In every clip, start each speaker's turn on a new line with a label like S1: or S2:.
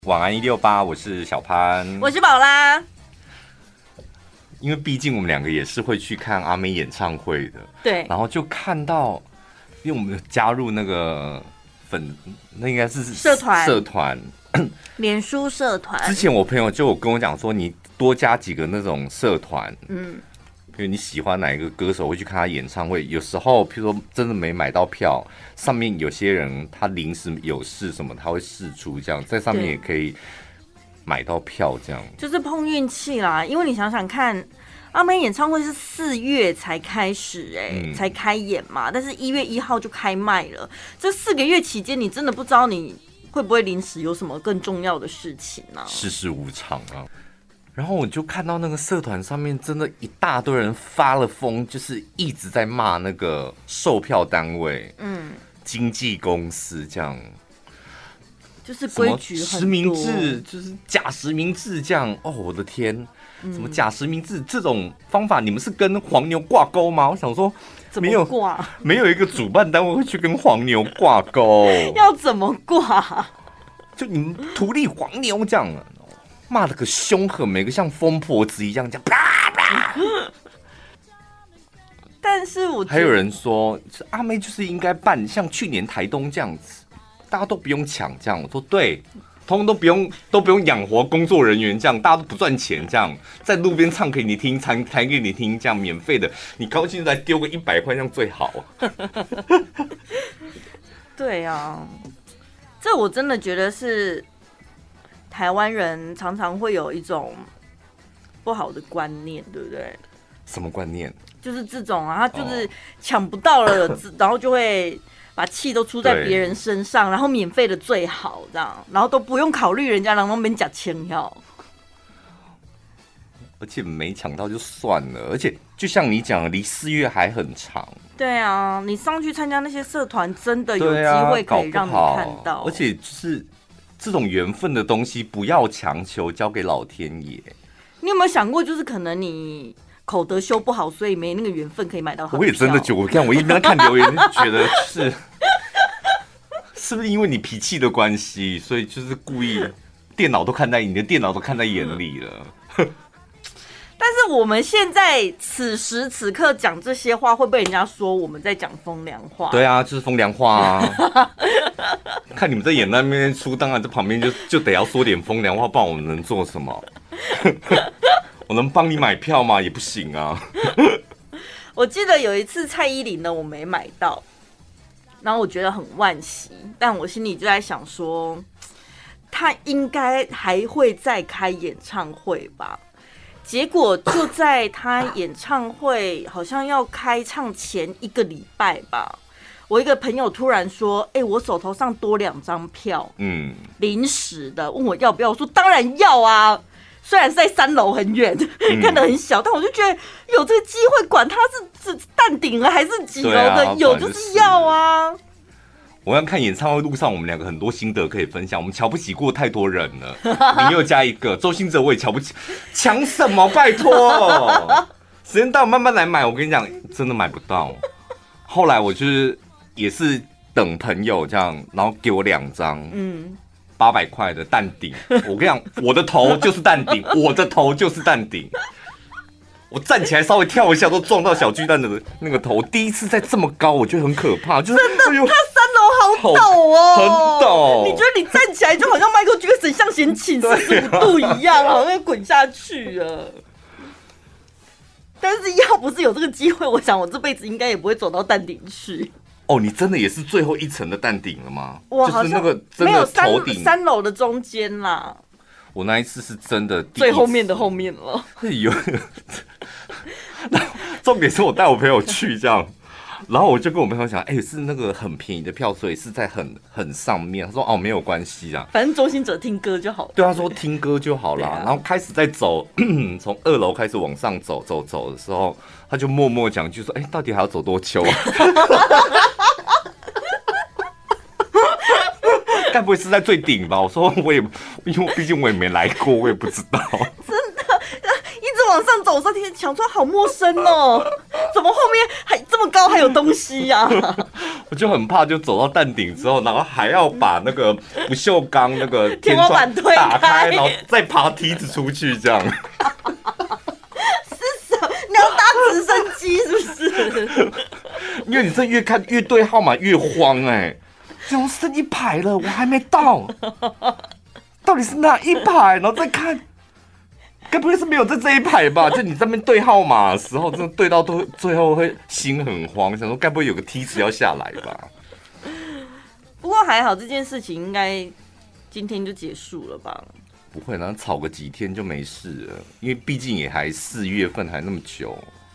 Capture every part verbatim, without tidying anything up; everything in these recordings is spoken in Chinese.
S1: 晚安一六八，我是小潘，
S2: 我是宝拉。
S1: 因为毕竟我们两个也是会去看阿妹演唱会的，
S2: 对，
S1: 然后就看到，因为我们加入那个粉，那应该是
S2: 社团
S1: 社团，
S2: 脸书社团。
S1: 之前我朋友就有跟我讲说，你多加几个那种社团，嗯，比如你喜欢哪一个歌手，会去看他演唱会。有时候，譬如说真的没买到票，上面有些人他临时有事什么，他会释出这样，在上面也可以买到票，这样
S2: 就是碰运气啦。因为你想想看，阿妹演唱会是四月才开始、欸，哎、嗯，才开演嘛，但是一月一号就开卖了。这四个月期间，你真的不知道你会不会临时有什么更重要的事情呢、啊？
S1: 世事无常啊。然后我就看到那个社团上面真的一大堆人发了疯，就是一直在骂那个售票单位、嗯，经纪公司这样，
S2: 就是规矩很多，
S1: 实名制就是假实名制这样。哦，我的天，什么假实名制、嗯、这种方法，你们是跟黄牛挂钩吗？我想说，
S2: 怎么挂？
S1: 没有一个主办单位会去跟黄牛挂钩，
S2: 要怎么挂？
S1: 就你们图利黄牛这样啊。骂得个凶狠，每个像疯婆子一样这样啪啪。
S2: 但是我
S1: 还有人说，阿妹就是应该办像去年台东这样子，大家都不用抢这样。我说对，通通都不用都不用养活工作人员，这样大家都不赚钱，这样在路边唱给你听，弹弹给你听，这样免费的，你高兴再丢个一百块，这样最好。
S2: 对啊，这我真的觉得是。台湾人常常会有一种不好的观念，对不对？
S1: 什么观念？
S2: 就是这种啊，他就是抢不到了，哦、然后就会把气都出在别人身上，然后免费的最好，这样，然后都不用考虑人家，然后没假钱要。
S1: 而且没抢到就算了，而且就像你讲的，离四月还很长。
S2: 对啊，你上去参加那些社团，真的有机会可以让你看到，
S1: 啊、而且就是。这种缘分的东西不要强求，交给老天爷。
S2: 你有没有想过，就是可能你口德修不好，所以没那个缘分可以买到他的票？
S1: 我也真的觉得，我看我一边看留言，觉得是是不是因为你脾气的关系，所以就是故意电脑都看在你的电脑都看在眼里了。
S2: 但是我们现在此时此刻讲这些话，会被人家说我们在讲风凉话？
S1: 对啊，就是风凉话啊。看你们在演那边出，当然在旁边就就得要说点风凉话，不然我们能做什么？我能帮你买票吗？也不行啊。
S2: 我记得有一次蔡依林的我没买到，然后我觉得很惋惜，但我心里就在想说，她应该还会再开演唱会吧。结果就在他演唱会好像要开唱前一个礼拜吧，我一个朋友突然说：“哎、欸，我手头上多两张票，嗯，临时的，问我要不要。”我说：“当然要啊！虽然是在三楼很远，嗯、看得很小，但我就觉得有这个机会，管他是是淡顶了还是几楼的，啊、有就是要啊。”
S1: 我要看演唱会路上，我们两个很多心得可以分享。我们瞧不起过太多人了，你又加一个周兴哲，我也瞧不起，抢什么？拜托，时间到慢慢来买。我跟你讲，真的买不到。后来我就是也是等朋友这样，然后给我两张，嗯，八百块的蛋顶。我跟你讲，我的头就是蛋顶，我的头就是蛋顶。我站起来稍微跳一下，都撞到小巨蛋的那个头。第一次在这么高，我觉得很可怕。就是
S2: 真的，哎、他三楼好陡哦，
S1: 很陡。
S2: 你觉得你站起来就好像迈克尔·杰克逊向前倾四十五度一样，好像滚下去了。但是要不是有这个机会，我想我这辈子应该也不会走到蛋顶去。
S1: 哦，你真的也是最后一层的蛋顶了吗？
S2: 哇，
S1: 就是那个真的
S2: 没有
S1: 头顶
S2: 三楼的中间啦。
S1: 我那一次是真的第一
S2: 最后面的后面了。
S1: 有，重点是我带我朋友去这样，然后我就跟我朋友讲，哎、欸，是那个很便宜的票，所以是在很很上面。他说哦，没有关系啦，
S2: 反正周兴哲听歌就好了。
S1: 对，他说听歌就好啦。啊、然后开始在走，从二楼开始往上走，走走的时候，他就默默讲一句说，哎、欸，到底还要走多久啊？该不会是在最顶吧？我说我也，因为毕竟我也没来过，我也不知道。
S2: 真的，一直往上走，我说天，想说好陌生哦，怎么后面还这么高，还有东西呀、啊？
S1: 我就很怕，就走到蛋顶之后，然后还要把那个不锈钢那个天窗打开，然后再爬梯子出去，这样。
S2: 是什么？你要搭直升机是不是？
S1: 因为你这越看越对号码越慌哎、欸，这样剩一排了，我还没到，到底是哪一排？然后再看。该不会是没有在这一排吧？就你在那边对号码的时候，真的对到都最后会心很慌，想说该不会有个梯子要下来吧？
S2: 不过还好，这件事情应该今天就结束了吧？
S1: 不会，然后吵个几天就没事了，因为毕竟也还四月份，还那么久。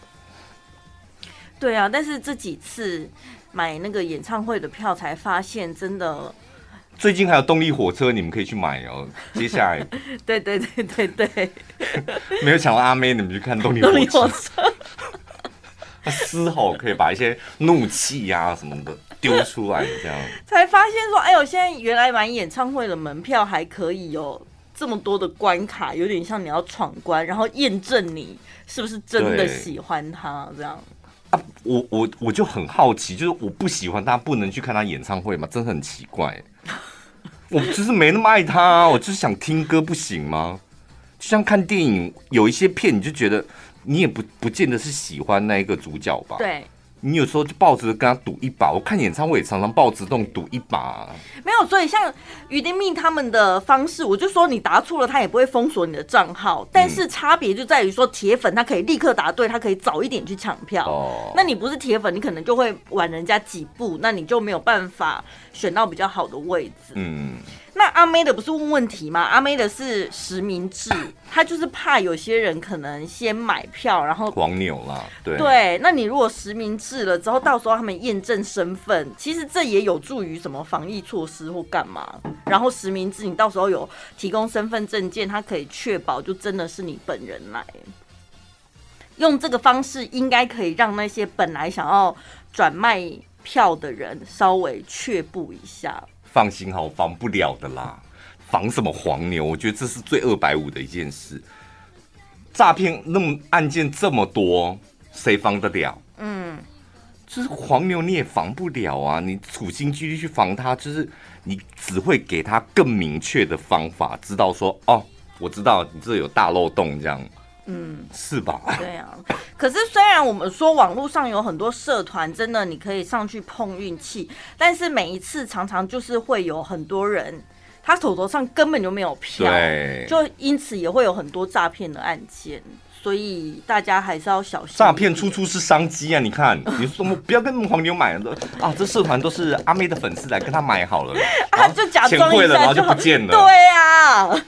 S2: 对啊，但是这几次买那个演唱会的票，才发现真的。
S1: 最近还有动力火车，你们可以去买哦。接下来，
S2: 对对对对对，
S1: 没有抢到阿妹，你们去看动力火车。动力火车，他丝毫可以把一些怒气啊什么的丢出来，这样
S2: 才发现说，哎呦，现在原来买演唱会的门票还可以有这么多的关卡，有点像你要闯关，然后验证你是不是真的喜欢他这样。
S1: 啊，我我我就很好奇，就是我不喜欢他，不能去看他演唱会吗？真的很奇怪。我就是没那么爱他、啊，我就是想听歌，不行吗？就像看电影，有一些片你就觉得你也不不见得是喜欢那一个主角吧？
S2: 对，
S1: 你有时候就抱着跟他赌一把。我看演唱会也常常抱着这种赌一把、啊。
S2: 没有，所以像于丁密他们的方式，我就说你答错了，他也不会封锁你的账号，但是差别就在于说铁粉他可以立刻答对，他可以早一点去抢票。哦，那你不是铁粉，你可能就会晚人家几步，那你就没有办法选到比较好的位置。嗯。那阿妹的不是问问题吗？阿妹的是实名制，他就是怕有些人可能先买票，然后
S1: 黄牛啦，对
S2: 对。那你如果实名制了之后，到时候他们验证身份，其实这也有助于什么防疫措施或干嘛。然后实名制，你到时候有提供身份证件，它可以确保就真的是你本人来。用这个方式，应该可以让那些本来想要转卖票的人稍微却步一下。
S1: 放心好，防不了的啦，防什么黄牛？我觉得这是最二百五的一件事。诈骗那么案件这么多，谁防得了？嗯，就是黄牛你也防不了啊！你处心积虑去防他，就是你只会给他更明确的方法，知道说哦，我知道你这有大漏洞这样。嗯，是吧？
S2: 对啊。可是虽然我们说网络上有很多社团，真的你可以上去碰运气，但是每一次常常就是会有很多人，他手头上根本就没有票，就因此也会有很多诈骗的案件。所以大家还是要小心。
S1: 诈骗处处是商机啊！你看，你说不要跟黄牛买了啊，这社团都是阿妹的粉丝来跟他买好了，
S2: 啊，就假装一下就
S1: 然后就不见了。
S2: 对啊。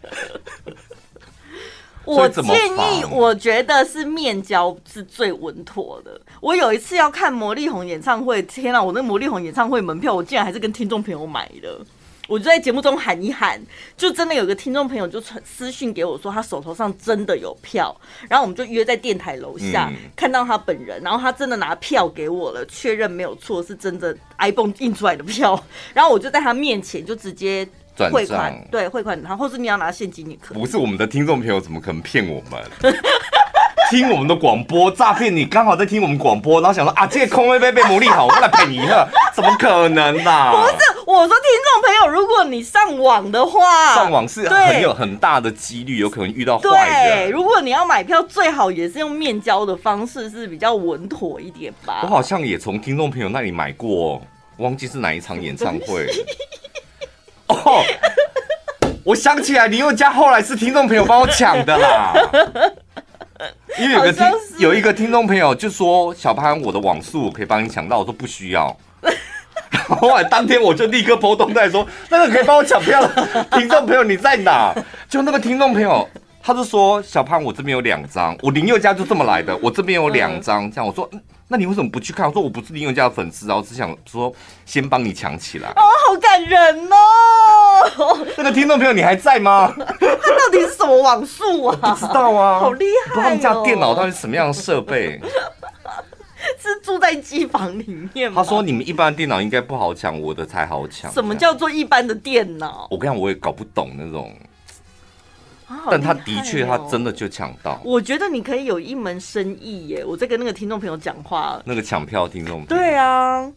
S2: 我建议，我觉得是面交是最稳妥的。我有一次要看魔力红演唱会，天啊，我那魔力红演唱会门票，我竟然还是跟听众朋友买的。我就在节目中喊一喊，就真的有个听众朋友就传私讯给我说，他手头上真的有票，然后我们就约在电台楼下、嗯、看到他本人，然后他真的拿票给我了，确认没有错，是真的 iPhone 印出来的票，然后我就在他面前就直接汇款，对，汇款他，或是你要拿现金也可以。
S1: 不是我们的听众朋友怎么可能骗我们？听我们的广播诈骗你，刚好在听我们广播，然后想说啊，这个空位被被魔力好，我来骗你了，怎么可能啦、
S2: 啊？不是，我说听众朋友，如果你上网的话，
S1: 上网是很有很大的几率有可能遇到坏人。
S2: 对，如果你要买票，最好也是用面交的方式，是比较稳妥一点吧。
S1: 我好像也从听众朋友那里买过，忘记是哪一场演唱会。哦，我想起来，林宥嘉后来是听众朋友帮我抢的啦。因为有个听有一个听众朋友就说：“小潘，我的网速我可以帮你抢到。”我说不需要。然后后来当天我就立刻 po 动态说：“那个可以帮我抢票的听众朋友你在哪？”就那个听众朋友他就说：“小潘，我这边有两张，我林宥嘉就这么来的，我这边有两张。”这样我说。嗯，那你为什么不去看？我说我不是林宥嘉的粉丝啊，我只想说先帮你抢起来。
S2: 哦，好感人哦！
S1: 那个听众朋友你还在吗？
S2: 他到底是什么网速啊？
S1: 我不知道啊，
S2: 好厉害哦！
S1: 不知道他们家电脑到底是什么样的设备？
S2: 是住在机房里面吗？
S1: 他说你们一般的电脑应该不好抢，我的才好抢。
S2: 什么叫做一般的电脑？
S1: 我跟你讲，我也搞不懂那种。啊哦、但他的确，他真的就抢到。
S2: 我觉得你可以有一门生意耶！我在跟那个听众朋友讲话，
S1: 那个抢票听众朋友，
S2: 对啊，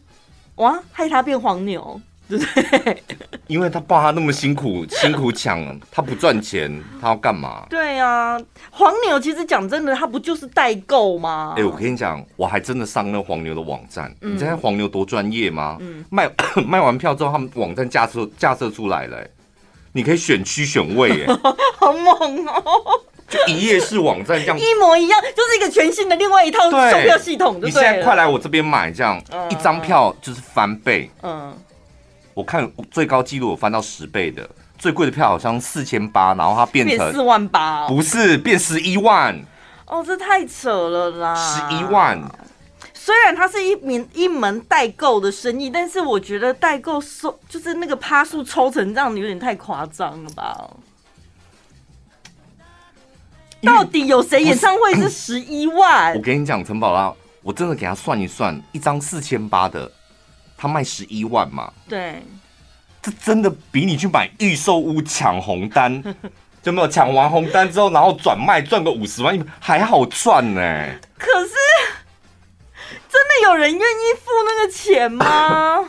S2: 哇，害他变黄牛，对不对？
S1: 因为他爸他那么辛苦辛苦抢，他不赚钱，他要干嘛？
S2: 对啊，黄牛其实讲真的，他不就是代购吗？
S1: 哎、欸，我跟你讲，我还真的上那黄牛的网站，
S2: 嗯、
S1: 你知道黄牛多专业吗？嗯、卖卖完票之后，他们网站架设架设出来了、欸，你可以选区选位、欸，哎，
S2: 好猛哦！
S1: 就一页式网站这样，
S2: 一模一样，就是一个全新的另外一套售票系统就对了。
S1: 你现在快来我这边买，这样、嗯、一张票就是翻倍。嗯，我看最高纪录有翻到十倍的，最贵的票好像四千八，然后它变成
S2: 四万八，
S1: 不是变十一万。
S2: 哦，这太扯了啦！
S1: 十一万。
S2: 虽然它是一名一门代购的生意，但是我觉得代购收就是那个趴数抽成这样，有点太夸张了吧？到底有谁演唱会是十一万？
S1: 我跟你讲，陈宝拉，我真的给他算一算，一张四千八的，他卖十一万嘛？
S2: 对，
S1: 这真的比你去买预售屋抢红单，就没有抢完红单之后，然后转卖赚个五十万还好赚呢、欸。
S2: 可是，真的有人愿意付那个钱吗？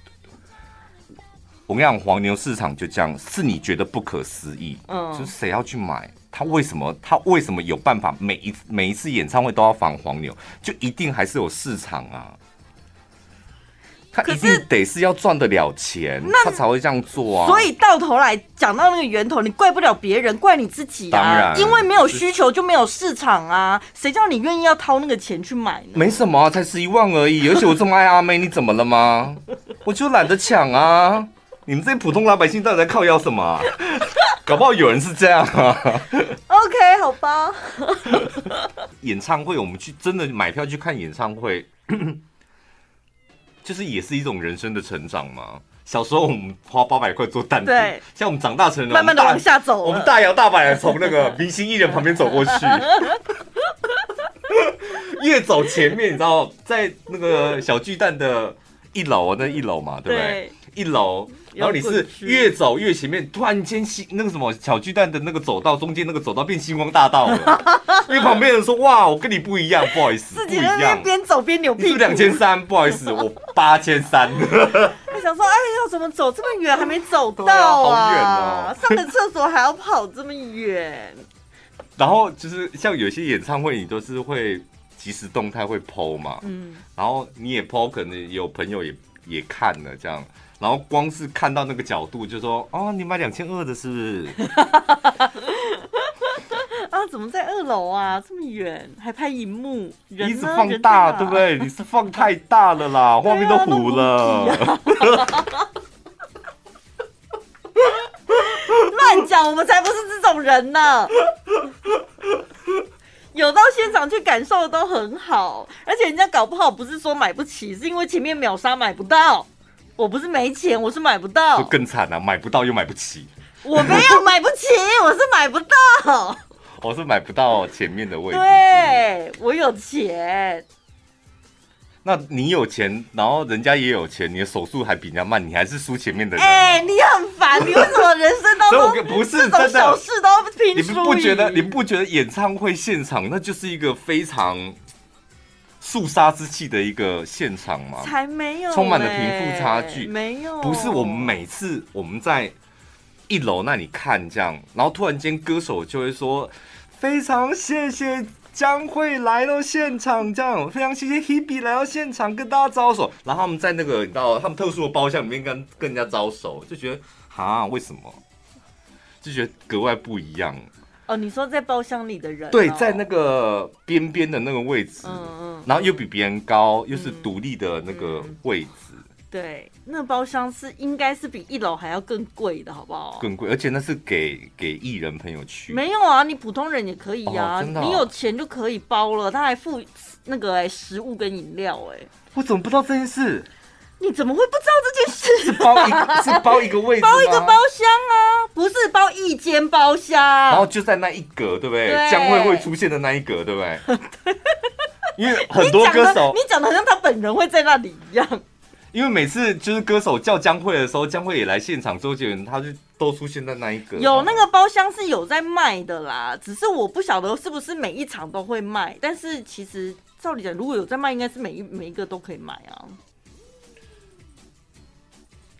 S1: 我跟你讲，黄牛市场就这样，是你觉得不可思议，嗯，就是谁要去买？他为什么？他为什么有办法每一每一次演唱会都要仿黄牛？就一定还是有市场啊！他一定得是要赚得了钱，他才会这样做啊！
S2: 所以到头来讲到那个源头，你怪不了别人，怪你自己啊！
S1: 当然，
S2: 因为没有需求就没有市场啊！谁叫你愿意要掏那个钱去买呢？
S1: 没什么啊，才十一万而已，而且我这么爱阿妹，你怎么了吗？我就懒得抢啊！你们这些普通老百姓到底在靠腰什么、啊？搞不好有人是这样啊。
S2: OK， 好吧。
S1: 演唱会，我们去真的买票去看演唱会，就是也是一种人生的成长嘛。小时候我们花八百块坐蛋饼，
S2: 对，
S1: 像我们长大成人，
S2: 慢慢的往下走，
S1: 我们大摇大摆的从那个明星艺人旁边走过去。越走前面，你知道，在那个小巨蛋的一楼，那一楼嘛，对不对？对，一楼。然后你是越走越前面，突然间星那个什么小巨蛋的那个走道中间那个走道变星光大道了，因为旁边人说哇，我跟你不一样，不好意思，
S2: 自己在那边边走边扭屁股。
S1: 你是两千三，不好意思，我八千三。
S2: 我想说，哎，要怎么走这么远还没走到啊？
S1: 好远哦，
S2: 上个厕所还要跑这么远。
S1: 然后就是像有些演唱会，你都是会即时动态会 po 嘛，嗯，然后你也 po， 可能有朋友也也看了这样。然后光是看到那个角度，就说哦，你买两千二的是不是？
S2: 啊，怎么在二楼啊？这么远，还拍荧幕，人呢？
S1: 一直放大，对不对？你是放太大了啦，画面都糊了。
S2: 乱讲，我们才不是这种人呢。有到现场去感受的都很好，而且人家搞不好不是说买不起，是因为前面秒杀买不到。我不是没钱，我是买不到，
S1: 就更惨了、啊，买不到又买不起。
S2: 我没有买不起，我是买不到。
S1: 我是买不到前面的位置。
S2: 对，我有钱。
S1: 那你有钱，然后人家也有钱，你的手速还比人家慢，你还是输前面的人、啊。
S2: 哎、欸，你很烦，你为什么人生当中
S1: 不是这种
S2: 小事都拼输赢？
S1: 你不觉得？你不觉得演唱会现场那就是一个非常肃杀之气的一个现场吗？
S2: 才没有、欸，
S1: 充满了贫富差距。
S2: 没有，
S1: 不是我们每次我们在一楼那里看这样，然后突然间歌手就会说：“非常谢谢江蕙来到现场，这样非常谢谢 Hebe 来到现场跟大家招手。”然后他们在那个你知道他们特殊的包厢里面跟跟人家招手，就觉得哈为什么？就觉得格外不一样。
S2: 哦，你说在包厢里的人、哦？
S1: 对，在那个边边的那个位置，嗯嗯，然后又比别人高，又是独立的那个位置。嗯、
S2: 对，那包厢是应该是比一楼还要更贵的，好不好？
S1: 更贵，而且那是给给艺人朋友去。
S2: 没有啊，你普通人也可以啊，
S1: 哦哦、
S2: 你有钱就可以包了，他还付那个哎、欸、食物跟饮料哎、欸。
S1: 我怎么不知道这件事？
S2: 你怎么会不知道这件事？
S1: 是包一个是包一个位置吗？
S2: 包一个包厢啊，不是包一间包厢。然
S1: 后就在那一格，对不对？江蕙会出现的那一格，对不对？对。因为很多歌手，
S2: 你讲的好像他本人会在那里一样。
S1: 因为每次就是歌手叫江蕙的时候，江蕙也来现场，周杰伦他就都出现在那一格。
S2: 有那个包厢是有在卖的啦，只是我不晓得是不是每一场都会卖。但是其实照理讲，如果有在卖，应该是每一每一个都可以买啊。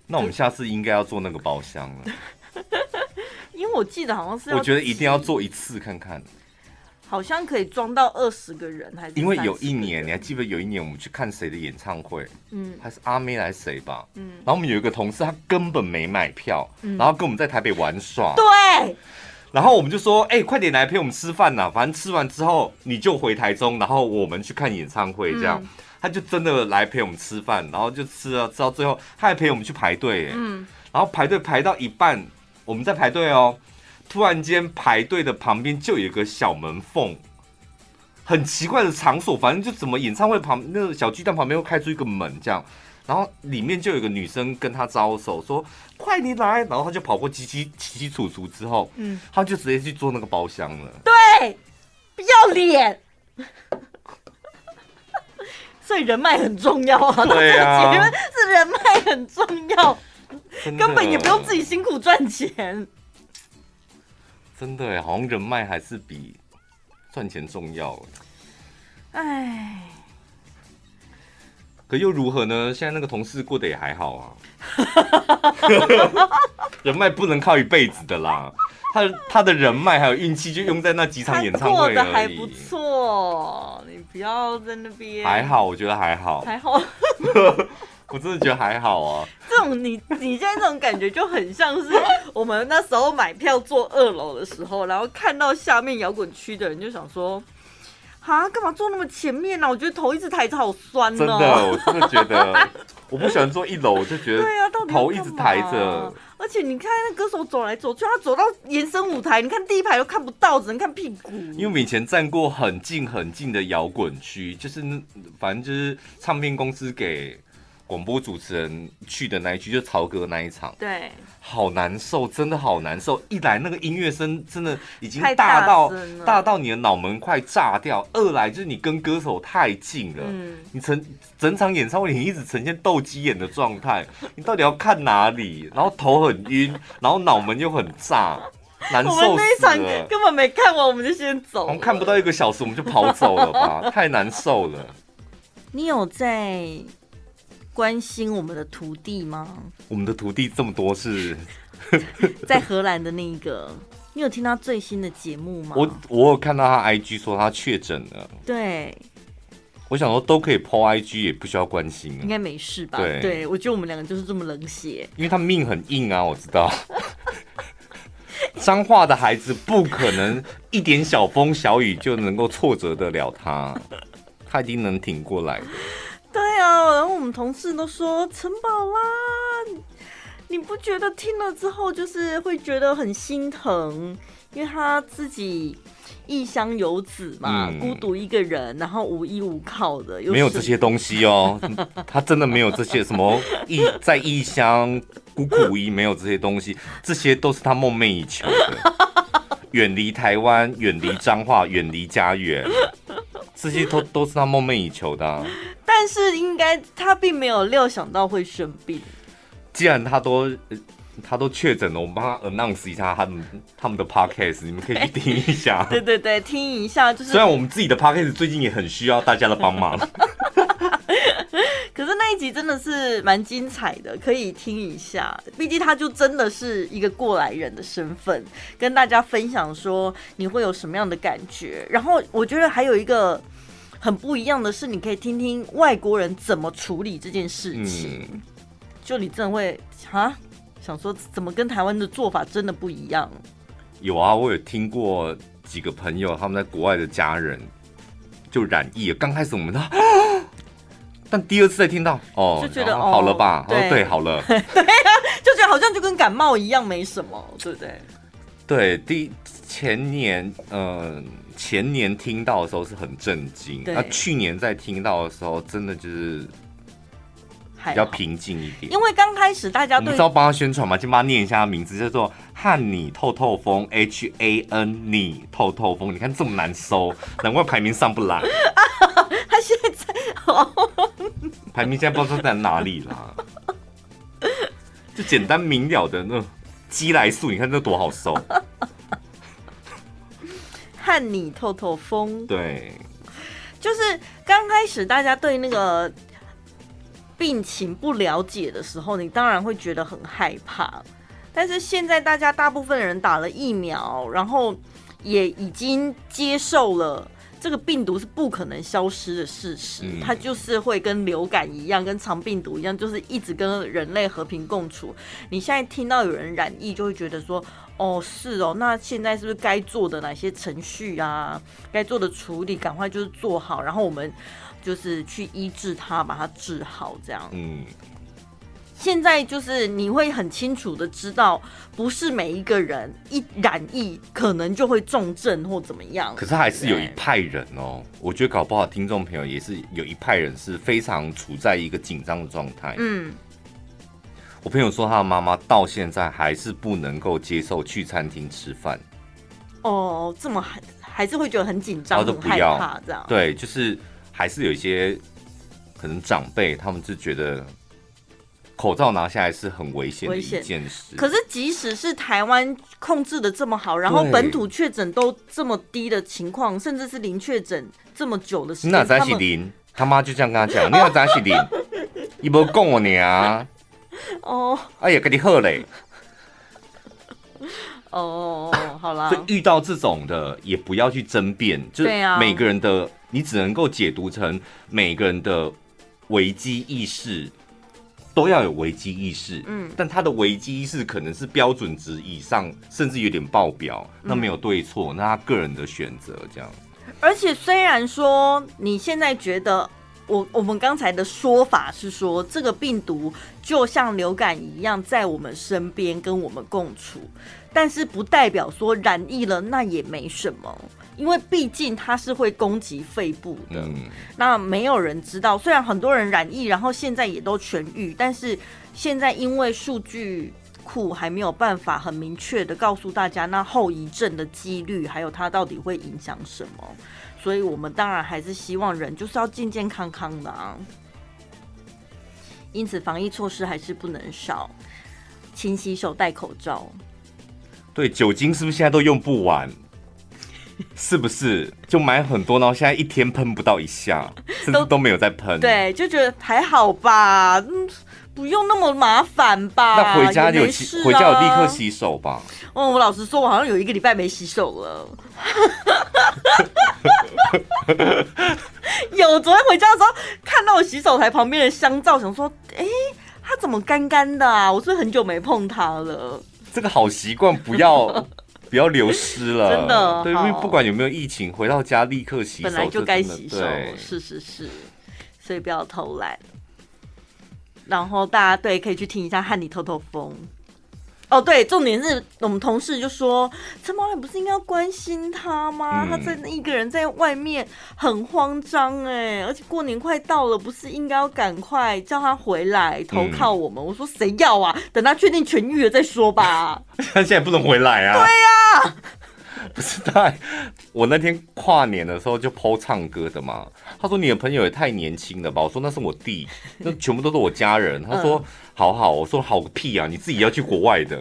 S1: 那我们下次应该要做那个包厢了。
S2: 因为我记得好像是要，
S1: 我觉得一定要做一次看看。
S2: 好像可以装到二十个人，还是
S1: 因为有一年，你还记得有一年我们去看谁的演唱会？嗯，还是阿妹还是谁吧？嗯，然后我们有一个同事，他根本没买票，嗯、然后跟我们在台北玩耍。
S2: 对。
S1: 然后我们就说：“哎、欸，快点来陪我们吃饭呐！反正吃完之后你就回台中，然后我们去看演唱会。”这样，嗯、他就真的来陪我们吃饭，然后就吃了，吃到最后他还陪我们去排队。嗯，然后排队排到一半，我们在排队哦。突然间，排队的旁边就有一个小门缝，很奇怪的场所，反正就怎么演唱会旁那个小巨蛋旁边会开出一个门这样，然后里面就有一个女生跟他招手说：“快你来！”然后他就跑过七七七七楚楚之后，嗯，他就直接去做那个包厢了。
S2: 对，不要脸。所以人脉很重要啊。
S1: 对啊，
S2: 结论是人脉很重要，根本也不用自己辛苦赚钱。
S1: 真的耶，好像人脉还是比赚钱重要。
S2: 哎，
S1: 可又如何呢？现在那个同事过得也还好啊。人脉不能靠一辈子的啦，他他的人脉还有运气就用在那几场演唱会而已。
S2: 他过得还不错，你不要在那边。
S1: 还好，我觉得还好，
S2: 还好。
S1: 我真的觉得还好啊。
S2: 这种你你现在这种感觉就很像是我们那时候买票坐二楼的时候，然后看到下面摇滚区的人就想说，啊，干嘛坐那么前面呢、啊？我觉得头一直抬着好酸哦。
S1: 真的，我真的觉得我不喜欢坐一楼，我就觉得
S2: 对啊，到底
S1: 头一直抬着。
S2: 而且你看那歌手走来走去，他走到延伸舞台，你看第一排都看不到，只能看屁股。
S1: 因为我们以前站过很近很近的摇滚区，就是反正就是唱片公司给广播主持人去的那一区，就曹格那一场，
S2: 对，
S1: 好难受，真的好难受。一来那个音乐声真的已经大到大到你的脑门快炸掉；二来就是你跟歌手太近了，嗯、你整整场演唱会你一直呈现斗鸡眼的状态，你到底要看哪里？然后头很晕，然后脑门又很炸，难受死了。我们那一
S2: 场根本没看完，我们就先走了，
S1: 我们看不到一个小时我们就跑走了吧，太难受了。
S2: 你有在关心我们的徒弟吗？
S1: 我们的徒弟这么多是
S2: 在荷兰的那一个，你有听他最新的节目吗？
S1: 我我有看到他 I G 说他确诊了。
S2: 对，
S1: 我想说都可以 po I G， 也不需要关心，
S2: 应该没事吧？对，对我觉得我们两个就是这么冷血，
S1: 因为他命很硬啊，我知道。彰化的孩子不可能一点小风小雨就能够挫折得了他，他一定能挺过来的。
S2: 对啊，然后我们同事都说陈宝拉，你不觉得听了之后就是会觉得很心疼？因为他自己异乡游子嘛，嗯、孤独一个人，然后无依无靠的，
S1: 没有这些东西哦。他真的没有这些什么异在异乡孤苦无依，没有这些东西，这些都是他梦寐以求的。远离台湾，远离彰化，远离家园。这些都都是他梦寐以求的、啊，
S2: 但是应该他并没有料想到会生病。
S1: 既然他都他都确诊了，我们帮他 announce 一下他们他们的 podcast， 你们可以去听一下。
S2: 对对对，听一下就是。
S1: 虽然我们自己的 podcast 最近也很需要大家的帮忙，
S2: 可是那一集真的是蛮精彩的，可以听一下。毕竟他就真的是一个过来人的身份，跟大家分享说你会有什么样的感觉。然后我觉得还有一个很不一样的是，你可以听听外国人怎么处理这件事情。嗯、就你真的会啊，想说怎么跟台湾的做法真的不一样？
S1: 有啊，我有听过几个朋友他们在国外的家人就染疫了。刚开始我们都。但第二次再听到哦，
S2: 就觉得
S1: 好了吧？
S2: 哦，对，
S1: 对，好了，
S2: 对啊，就觉得好像就跟感冒一样，没什么，对不对？
S1: 对，第前年，呃，前年听到的时候是很震惊，那去年在听到的时候，真的就是比较平静一点。
S2: 因为刚开始大家对，
S1: 我们是要帮他宣传嘛，先帮他念一下他名字，叫做汉你透透风 ，H A N 你透透风。你看这么难搜，难怪排名上不来。
S2: 他现在
S1: 排名现在不知道在哪里啦，就简单明了的那鸡来素，你看这多好搜。
S2: 汉你透透风，
S1: 对，
S2: 就是刚开始大家对那个病情不了解的时候，你当然会觉得很害怕。但是现在大家大部分人打了疫苗，然后也已经接受了这个病毒是不可能消失的事实，嗯、它就是会跟流感一样，跟肠病毒一样，就是一直跟人类和平共处。你现在听到有人染疫，就会觉得说，哦，是哦，那现在是不是该做的哪些程序啊，该做的处理，赶快就是做好，然后我们就是去医治它，把它治好，这样。嗯。现在就是你会很清楚的知道，不是每一个人一染疫可能就会重症或怎么样。
S1: 可是还是有一派人哦，我觉得搞不好听众朋友也是有一派人是非常处在一个紧张的状态。嗯，我朋友说他的妈妈到现在还是不能够接受去餐厅吃饭。
S2: 哦，这么还还是会觉得很紧张、很害怕这样。
S1: 对，就是还是有一些可能长辈，他们就觉得。口罩拿下来是很危险的一件事。
S2: 可是即使是台湾控制的这么好，然后本土确诊都这么低的情况，甚至是零确诊这么久的时间，
S1: 你哪知是零？他妈就这样跟他讲，你哪知是零？伊无讲我你啊！哦，哎呀，跟你喝嘞！
S2: 哦，好啦。
S1: 所以遇到这种的，也不要去争辩，就是每个人的，你只能够解读成每个人的危机意识。都要有危机意识，嗯，但他的危机意识可能是标准值以上，甚至有点爆表，那没有对错，嗯、那他个人的选择这样。
S2: 而且虽然说你现在觉得我我们刚才的说法是说，这个病毒就像流感一样在我们身边跟我们共处，但是不代表说染疫了那也没什么。因为毕竟它是会攻击肺部的，嗯、那没有人知道。虽然很多人染疫，然后现在也都痊愈，但是现在因为数据库还没有办法很明确的告诉大家那后遗症的几率，还有它到底会影响什么，所以我们当然还是希望人就是要健健康康的啊。因此防疫措施还是不能少，勤洗手、戴口罩。
S1: 对，酒精是不是现在都用不完？是不是就买很多，然后现在一天喷不到一下，甚至都没有在喷？
S2: 对，就觉得还好吧，嗯，不用那么麻烦吧。
S1: 那回家有、啊、回家有立刻洗手吧？
S2: 哦，我老实说，我好像有一个礼拜没洗手了。有，昨天回家的时候看到我洗手台旁边的香皂，想说，哎、欸，它怎么干干的啊？我是不是很久没碰它了？
S1: 这个好习惯不要。不要流失了，
S2: 真的。
S1: 对，因为不管有没有疫情，回到家立刻洗手，
S2: 本来就该洗手，是是是，所以不要偷懒。然后大家对可以去听一下《和你透透风》。哦，对，重点是我们同事就说，陈毛你不是应该要关心他吗？嗯、他在一个人在外面很慌张哎，而且过年快到了，不是应该要赶快叫他回来投靠我们？嗯、我说谁要啊？等他确定痊愈了再说吧。
S1: 他现在不能回来啊。
S2: 对呀、啊。
S1: 不是他，我那天跨年的时候就 po 唱歌的嘛。他说你的朋友也太年轻了吧？我说那是我弟，那全部都是我家人。他说、嗯、好好，我说好个屁啊！你自己要去国外的。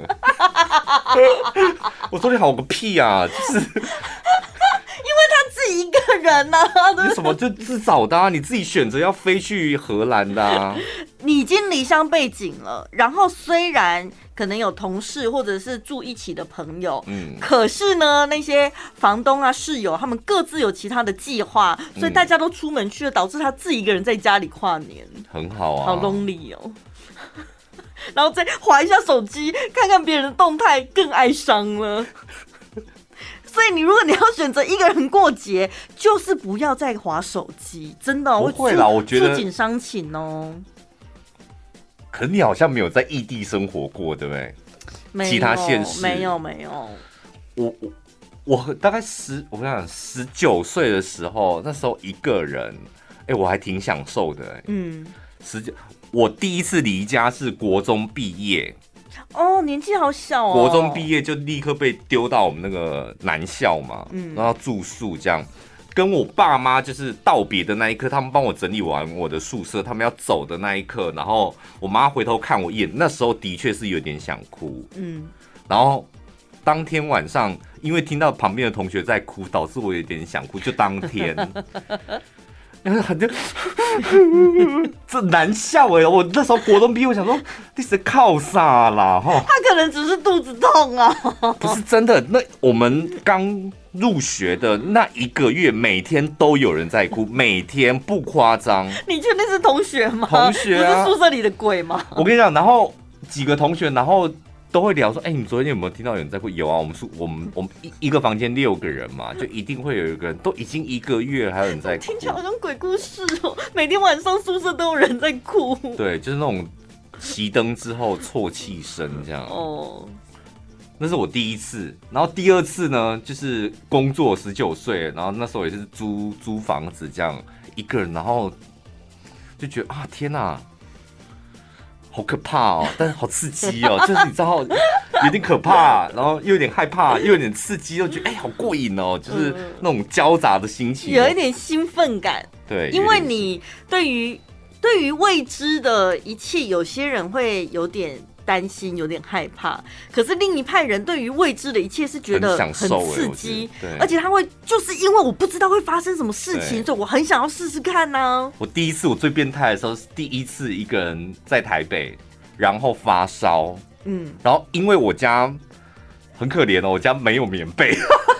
S1: 我说你好个屁啊！就是因为
S2: 他自己一个人呢、啊。
S1: 你什么就自找的、啊？你自己选择要飞去荷兰的啊？
S2: 你已经离乡背景了，然后虽然可能有同事或者是住一起的朋友，嗯，可是呢，那些房东啊、室友他们各自有其他的计划，所以大家都出门去了，导致他自己一个人在家里跨年，
S1: 很好啊，
S2: 好 lonely 哦。然后再滑一下手机，看看别人的动态，更哀伤了。所以你如果你要选择一个人过节，就是不要再滑手机，真的、哦、
S1: 不会啦，我觉得
S2: 触景伤情哦。
S1: 可是你好像没有在异地生活过，对不对？
S2: 没有，
S1: 其他县市
S2: 没有没有。
S1: 我我我大概十，我想十九岁的时候，那时候一个人，哎、欸，我还挺享受的、欸。嗯，十九，我第一次离家是国中毕业。
S2: 哦，年纪好小哦。
S1: 国中毕业就立刻被丢到我们那个男校嘛，嗯，然后住宿这样。跟我爸妈就是道别的那一刻，他们帮我整理完我的宿舍，他们要走的那一刻，然后我妈回头看我一眼，那时候的确是有点想哭，嗯，然后当天晚上因为听到旁边的同学在哭，导致我有点想哭，就当天， 然后很就这难笑哎！我那时候国中毕业，我想说你是靠啥啦？哈，
S2: 他可能只是肚子痛啊，
S1: 不是真的。那我们刚入学的那一个月，每天都有人在哭，每天不夸张。
S2: 你确定是同学吗？
S1: 同学啊，
S2: 不是宿舍里的鬼吗？
S1: 我跟你讲，然后几个同学，然后。都会聊说，哎、欸，你们昨天有没有听到有人在哭？有啊，我们宿我们我们一一个房间六个人嘛，就一定会有一个人，都已经一个月还有人在哭，
S2: 听起来好像鬼故事哦。每天晚上宿舍都有人在哭，
S1: 对，就是那种熄灯之后啜泣声这样。哦，那是我第一次，然后第二次呢，就是工作十九岁，然后那时候也是租租房子这样一个人，然后就觉得啊，天哪、啊！好可怕哦，但是好刺激哦，就是你知道有点可怕，然后又有点害怕，又有点刺激，又觉得哎、欸、好过瘾哦，就是那种交杂的心情，
S2: 有一点兴奋感。
S1: 对，
S2: 因为你对于对于未知的一切，有些人会有点担心，有点害怕。可是另一派人对于未知的一切是觉得很刺激，而且他会就是因为我不知道会发生什么事情，所以我很想要试试看呢、啊。
S1: 我第一次我最变态的时候是第一次一个人在台北，然后发烧，嗯，然后因为我家很可怜哦，我家没有棉被。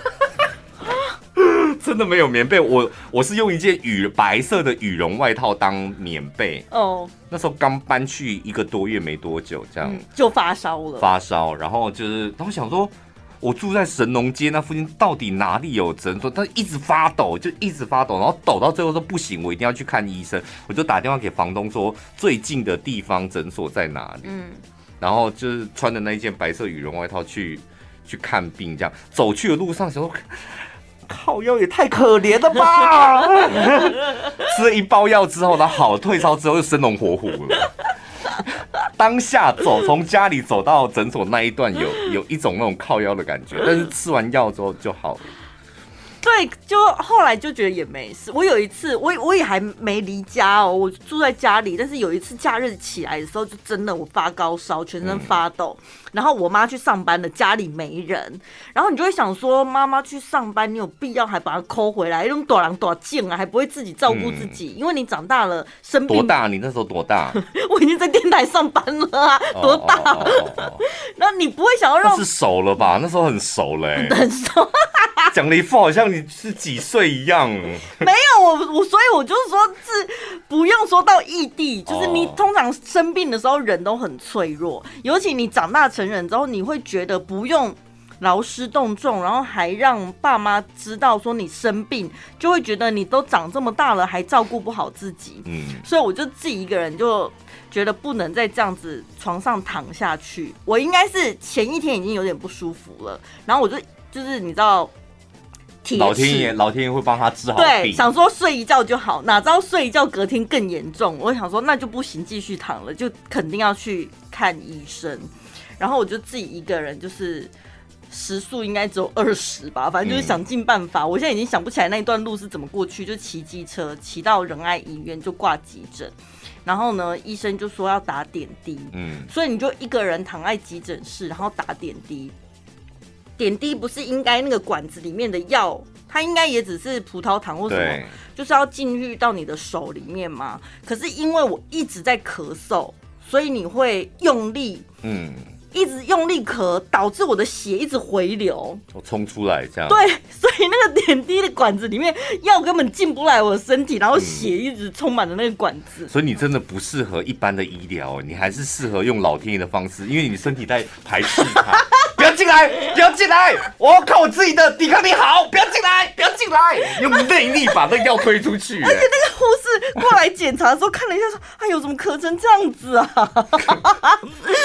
S1: 真的没有棉被，我我是用一件羽白色的羽绒外套当棉被哦。那时候刚搬去一个多月没多久，这样、嗯、
S2: 就发烧了。
S1: 发烧，然后就是，然后想说，我住在神农街那附近，到底哪里有诊所？但一直发抖，就一直发抖，然后抖到最后说不行，我一定要去看医生。我就打电话给房东说，最近的地方诊所在哪里？嗯，然后就是穿的那一件白色羽绒外套去去看病，这样走去的路上想说。靠腰也太可怜了吧！吃了一包药之后，然后好退烧之后又生龙活虎了。当下走从家里走到诊所那一段有有一种那种靠腰的感觉，但是吃完药之后就好了。
S2: 对，就后来就觉得也没事。我有一次，我我也还没离家哦，我住在家里。但是有一次假日起来的时候，就真的我发高烧，全身发抖。嗯、然后我妈去上班了，家里没人。然后你就会想说，妈妈去上班，你有必要还把她抠回来？那种多狼多贱啊，还不会自己照顾自己、嗯。因为你长大了，生病。
S1: 多大？你那时候多大？
S2: 我已经在电台上班了啊，多大？哦哦哦哦、然后你不会想要让
S1: 那是熟了吧？那时候很熟嘞、欸，
S2: 很熟。
S1: 讲了一副好像你是几岁一样。
S2: 没有我我，所以我就是说，是不用说到异地，就是你通常生病的时候人都很脆弱，尤其你长大成人之后，你会觉得不用劳师动众，然后还让爸妈知道说你生病，就会觉得你都长这么大了还照顾不好自己。嗯，所以我就自己一个人就觉得不能再这样子床上躺下去。我应该是前一天已经有点不舒服了，然后我就就是你知道。
S1: 老天爷，老天爷会帮他治好病。
S2: 对，想说睡一觉就好，哪知道睡一觉隔天更严重。我想说那就不行，继续躺了，就肯定要去看医生。然后我就自己一个人，就是时速应该只有二十吧，反正就是想尽办法、嗯。我现在已经想不起来那一段路是怎么过去，就骑机车骑到仁爱医院就挂急诊。然后呢，医生就说要打点滴，嗯，所以你就一个人躺在急诊室，然后打点滴。点滴不是应该那个管子里面的药，它应该也只是葡萄糖或什么，就是要进入到你的手里面嘛。可是因为我一直在咳嗽，所以你会用力，嗯，一直用力咳，导致我的血一直回流，
S1: 我冲出来这样。
S2: 对，所以那个点滴的管子里面药根本进不来我的身体，然后血一直充满了那个管子、嗯。
S1: 所以你真的不适合一般的医疗，你还是适合用老天爷的方式，因为你身体在排斥它。不要进来！不要进来！我要靠我自己的抵抗力好！不要进来！不要进来！用内力把那药推出去、欸。
S2: 而且那个护士过来检查的时候看了一下，说：“哎呦，怎么咳成这样子啊？”然后他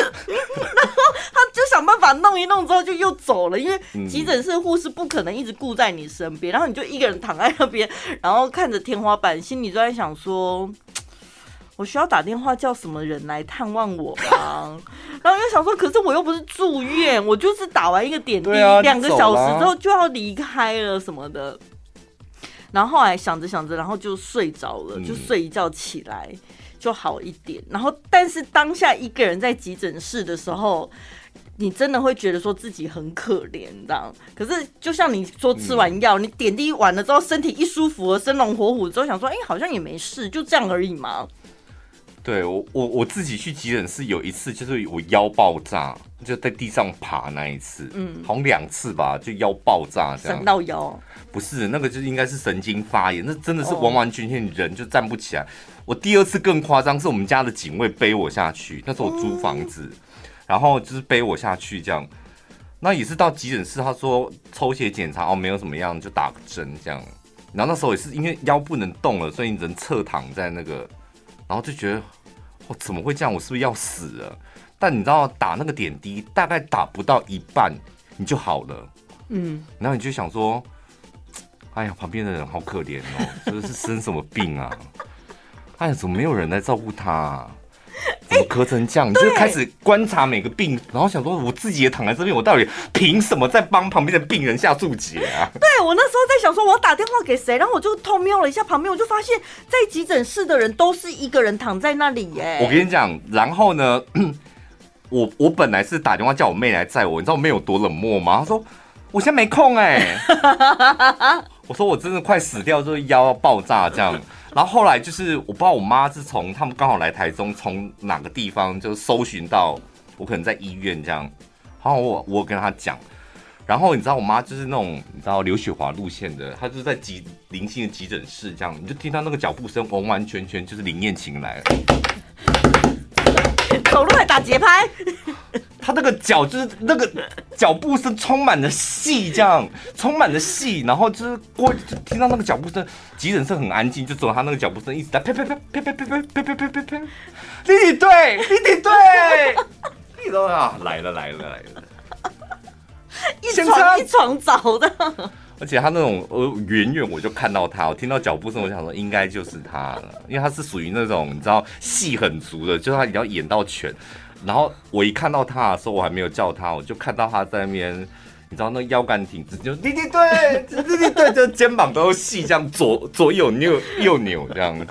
S2: 就想办法弄一弄，之后就又走了。因为急诊室护士不可能一直顾在你身边，然后你就一个人躺在那边，然后看着天花板，心里就在想说。我需要打电话叫什么人来探望我吗？然后又想说，可是我又不是住院，我就是打完一个点滴，两、啊、个小时之后就要离开了什么的。然后后来想着想着，然后就睡着了，就睡一觉起来就好一点。然后，但是当下一个人在急诊室的时候， 你真的会觉得说自己很可怜，这样。可是就像你说，吃完药，嗯、你点滴完了之后，身体一舒服了，生龙活虎之后，想说，哎、欸，好像也没事，就这样而已嘛。
S1: 对我我我自己去急诊室有一次，就是我腰爆炸，就在地上爬那一次，嗯，好像两次吧，就腰爆炸这样。
S2: 伤到腰？
S1: 不是，那个就应该是神经发炎，那真的是完完全全人就站不起来。我第二次更夸张，是我们家的警卫背我下去，那时候我租房子，嗯、然后就是背我下去这样。那也是到急诊室，他说抽血检查哦，没有什么样，就打个针这样。然后那时候也是因为腰不能动了，所以你人侧躺在那个。然后就觉得，我怎么会这样？我是不是要死了？但你知道，打那个点滴大概打不到一半，你就好了。嗯，然后你就想说，哎呀，旁边的人好可怜哦，这是生什么病啊？哎呀，怎么没有人来照顾他啊？怎么咳成这样？你就开始观察每个病，然后想说，我自己也躺在这边，我到底凭什么在帮旁边的病人下注解啊？
S2: 对，我那时候在想说，我要打电话给谁？然后我就偷瞄了一下旁边，我就发现，在急诊室的人都是一个人躺在那里耶。
S1: 我跟你讲，然后呢，我我本来是打电话叫我妹来载我，你知道我妹有多冷漠吗？她说我现在没空哎。我说我真的快死掉，就是腰要爆炸这样。然后后来就是我不知道我妈是从他们刚好来台中，从哪个地方就搜寻到我可能在医院这样，然后我我跟她讲，然后你知道我妈就是那种你知道刘雪华路线的，她就是在急临近的急诊室这样，你就听到那个脚步声完完全全就是林燕琴来了，
S2: 走路还打节拍。
S1: 他那个脚就是那个脚步声充满了戏，这样充满了戏，然后就是过就听到那个脚步声，急诊室很安静，就只有他那个脚步声一直在啪啪啪啪啪啪啪啪啪啪啪啪，弟弟对，弟弟对，你都啊来了来了来了，
S2: 一床一床找的。
S1: 而且他那种呃远远我就看到他，我听到脚步声，我想说应该就是他了，因为他是属于那种你知道戏很足的，就是他一定要演到全。然后我一看到他的时候，我还没有叫他，我就看到他在那边，你知道那腰杆挺直，就弟弟对，弟弟对，就肩膀都细，这样左左右扭右扭这样。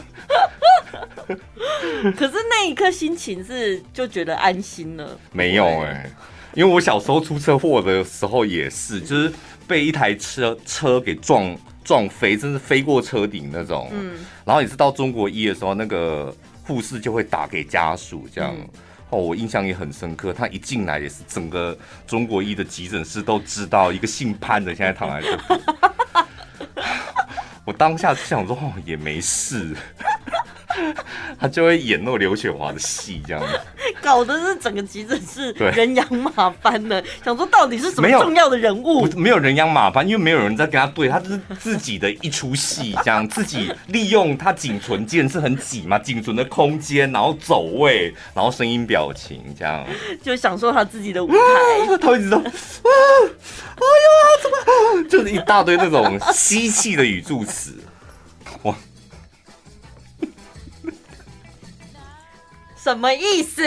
S2: 可是那一刻心情是就觉得安心了。
S1: 没有哎、欸，因为我小时候出车祸的时候也是，就是被一台车车给撞撞飞，真是飞过车顶那种。嗯，然后也是到中国医的时候，那个护士就会打给家属这样。嗯哦，我印象也很深刻。他一进来也是整个中国医的急诊室都知道一个姓潘的现在躺在这里。我当下就想说，哦，也没事。他就会演那种刘雪华的戏，这样子，
S2: 搞的是整个急诊室人仰马翻的，想说到底是什么重要的人物？
S1: 没有，没有人仰马翻，因为没有人在跟他对，他就是自己的一出戏，这样自己利用他颈唇间是很挤嘛，颈唇的空间，然后走位，然后声音表情，这样
S2: 就享受他自己的舞台。
S1: 啊、他一直都啊，哎呀，怎么？就是一大堆那种吸气的语助词，哇！
S2: 什么意思？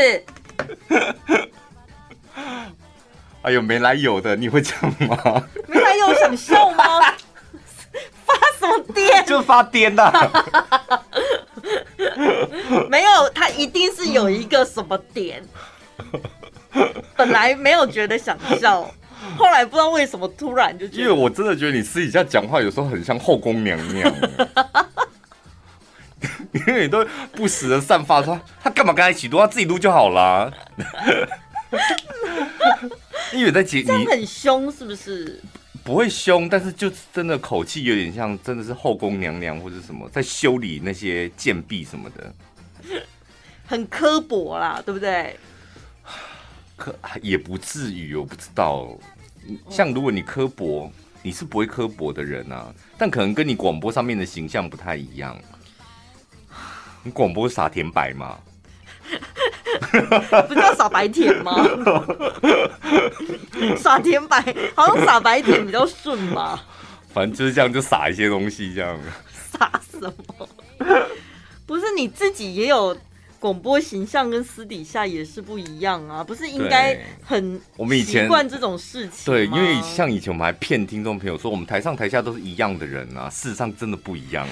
S1: 哎呦，没来由的，你会这样吗？
S2: 没来由想笑吗？发什么癫？
S1: 就是发癫的、啊。
S2: 没有，他一定是有一个什么点。本来没有觉得想笑，后来不知道为什么突然就觉得。
S1: 因为我真的觉得你私底下讲话有时候很像后宫娘娘。因为你都不时的散发出他干嘛跟他一起录，他自己录就好了。因为在节
S2: 这样很凶是不是？
S1: 不会凶，但是就真的口气有点像，真的是后宫娘娘或者什么，在修理那些贱婢什么的，
S2: 很刻薄啦，对不对？
S1: 可也不至于，我不知道。像如果你刻薄，你是不会刻薄的人啊，但可能跟你广播上面的形象不太一样。你广播撒甜白吗？
S2: 不叫撒白甜吗？撒甜白好像撒白甜比较顺吧。
S1: 反正就是这样，就撒一些东西这样。
S2: 撒什么？不是你自己也有广播形象，跟私底下也是不一样啊，不是应该很
S1: 我们以前
S2: 习惯这种事情？
S1: 对，因为像以前我们还骗听众朋友说，我们台上台下都是一样的人啊，事实上真的不一样。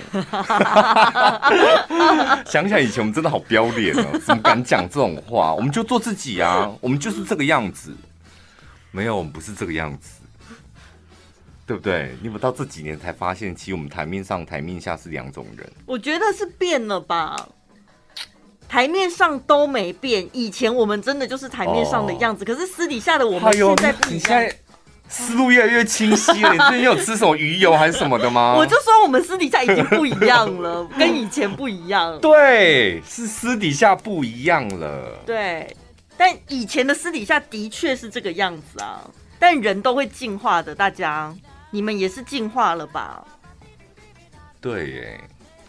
S1: 想想以前我们真的好不要脸哦，怎么敢讲这种话？我们就做自己啊，我们就是这个样子。 没有，我们不是这个样子，对不对？你们到这几年才发现，其实我们台面上、台面下是两种人。
S2: 我觉得是变了吧。台面上都没变，以前我们真的就是台面上的样子，哦、可是私底下的我们现在不一样。哎、你现在
S1: 思路越来越清晰了。你最近有吃什么鱼油还是什么的吗？
S2: 我就说我们私底下已经不一样了，跟以前不一样。
S1: 对，是私底下不一样了。
S2: 对，但以前的私底下的确是这个样子啊。但人都会进化的，大家，你们也是进化了吧？
S1: 对耶。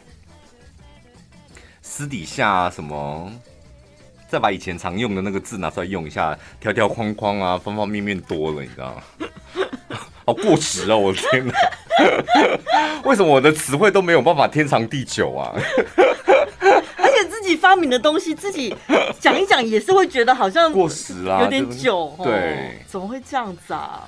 S1: 私底下什么，再把以前常用的那个字拿出来用一下，条条框框啊，方方面面多了，你知道吗？好过时哦！我的天哪，为什么我的词汇都没有办法天长地久啊？
S2: 而且自己发明的东西，自己讲一讲也是会觉得好像
S1: 过时啦，
S2: 有点久。
S1: 对，
S2: 怎么会这样子啊？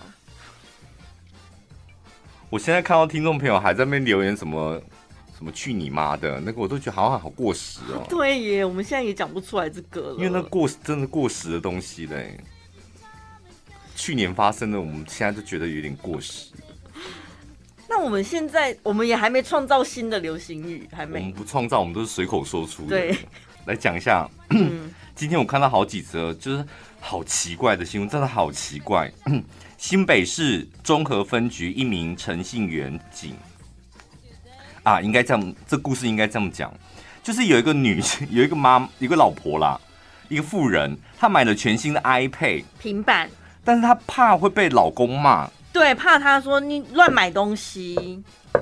S1: 我现在看到听众朋友还在那边留言什么。什么去你妈的那个，我都觉得好像好过时哦。
S2: 对耶，我们现在也讲不出来这个了，
S1: 因为那过真的过时的东西嘞。去年发生的，我们现在就觉得有点过时。
S2: 那我们现在，我们也还没创造新的流行语，还没。
S1: 我们不创造，我们都是随口说出的。
S2: 对，
S1: 来讲一下，嗯、今天我看到好几则，就是好奇怪的新闻，真的好奇怪。新北市中和分局一名陈姓员警。啊，应该这样，这故事应该这么讲，就是有一个女，有一个妈，一个老婆啦，一个妇人，她买了全新的 iPad
S2: 平板，
S1: 但是她怕会被老公骂，
S2: 对，怕他说你乱买东西，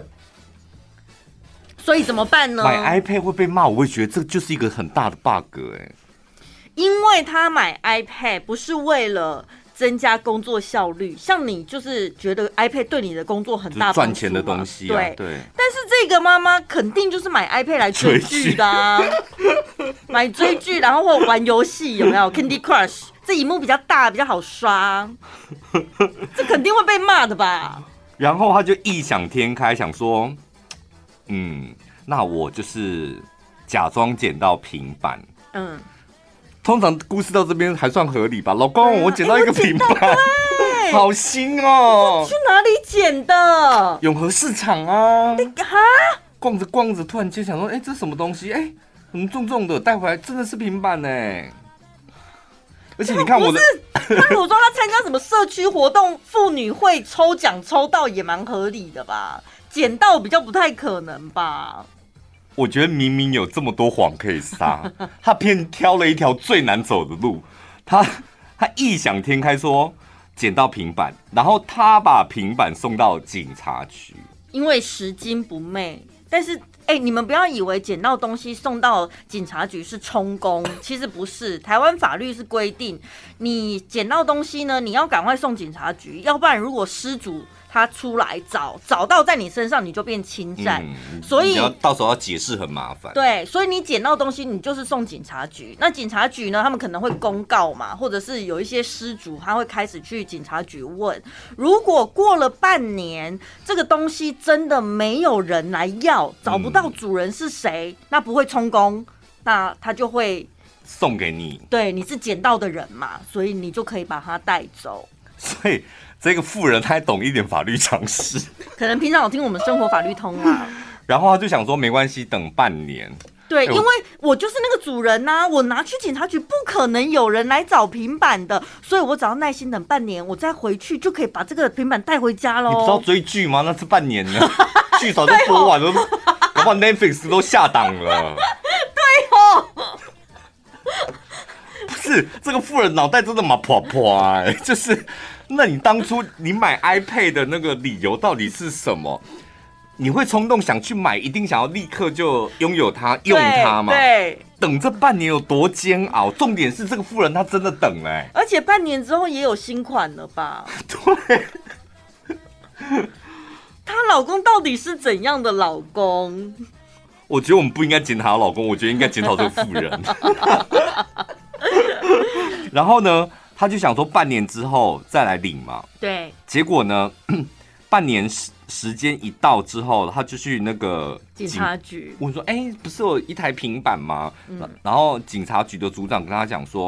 S2: 所以怎么办呢？
S1: 买 iPad 会被骂，我会觉得这就是一个很大的 bug 哎、欸，
S2: 因为他买 iPad 不是为了增加工作效率，像你就是觉得 iPad 对你的工作很大帮助嘛，
S1: 赚钱的东西、啊，
S2: 对
S1: 对。
S2: 但是这个妈妈肯定就是买 iPad 来追剧的、啊，买追剧，然后或玩游戏，有没有 Candy Crush？ 这萤幕比较大，比较好刷，这肯定会被骂的吧？
S1: 然后他就异想天开，想说，嗯，那我就是假装捡到平板，嗯。通常故事到这边还算合理吧，老公，啊、我捡到一个平板，欸、好新哦！
S2: 去哪里捡的？
S1: 永和市场啊！
S2: 你哈？
S1: 逛着逛着，突然间想说，哎、欸，这是什么东西？哎、欸，怎么重重的带回来，真的是平板呢、欸！而且你看我的，
S2: 他如果说他参加什么社区活动、妇女会抽奖抽到，也蛮合理的吧？捡到比较不太可能吧？
S1: 我觉得明明有这么多谎可以撒，他偏挑了一条最难走的路。他他异想天开说捡到平板，然后他把平板送到警察局，
S2: 因为拾金不昧。但是，哎、欸，你们不要以为捡到东西送到警察局是充公，其实不是。台湾法律是规定，你捡到东西呢，你要赶快送警察局，要不然如果失主他出来找，找到在你身上，你就变侵占，嗯、所以
S1: 你要到时候要解释很麻烦。
S2: 对，所以你捡到东西，你就是送警察局。那警察局呢，他们可能会公告嘛，或者是有一些失主，他会开始去警察局问。如果过了半年，这个东西真的没有人来要，找不到主人是谁，嗯、那不会充公，那他就会
S1: 送给你。
S2: 对，你是捡到的人嘛，所以你就可以把它带走。
S1: 所以这个妇人她还懂一点法律常识，
S2: 可能平常有听我们生活法律通啊。
S1: 然后他就想说没关系，等半年。
S2: 对，因为我就是那个主人呐、啊，我拿去警察局不可能有人来找平板的，所以我只要耐心等半年，我再回去就可以把这个平板带回家喽。
S1: 你不知道追剧吗？那是半年呢，剧早就播完了，搞不好 Netflix 都下档了。
S2: 对哦。
S1: 不是这个妇人脑袋真的嘛破破哎，就是，那你当初你买 iPad 的那个理由到底是什么？你会冲动想去买，一定想要立刻就拥有它、用它嘛？
S2: 对，
S1: 等这半年有多煎熬？重点是这个妇人她真的等哎、欸，
S2: 而且半年之后也有新款了吧？
S1: 对，
S2: 她老公到底是怎样的老公？
S1: 我觉得我们不应该检讨老公，我觉得应该检讨这个妇人。然后呢，他就想说半年之后再来领嘛。
S2: 对。
S1: 结果呢，半年时间一到之后，他就去那个
S2: 警察局。
S1: 我说：“哎、欸，不是有一台平板吗？”嗯、然后警察局的组长跟他讲说：“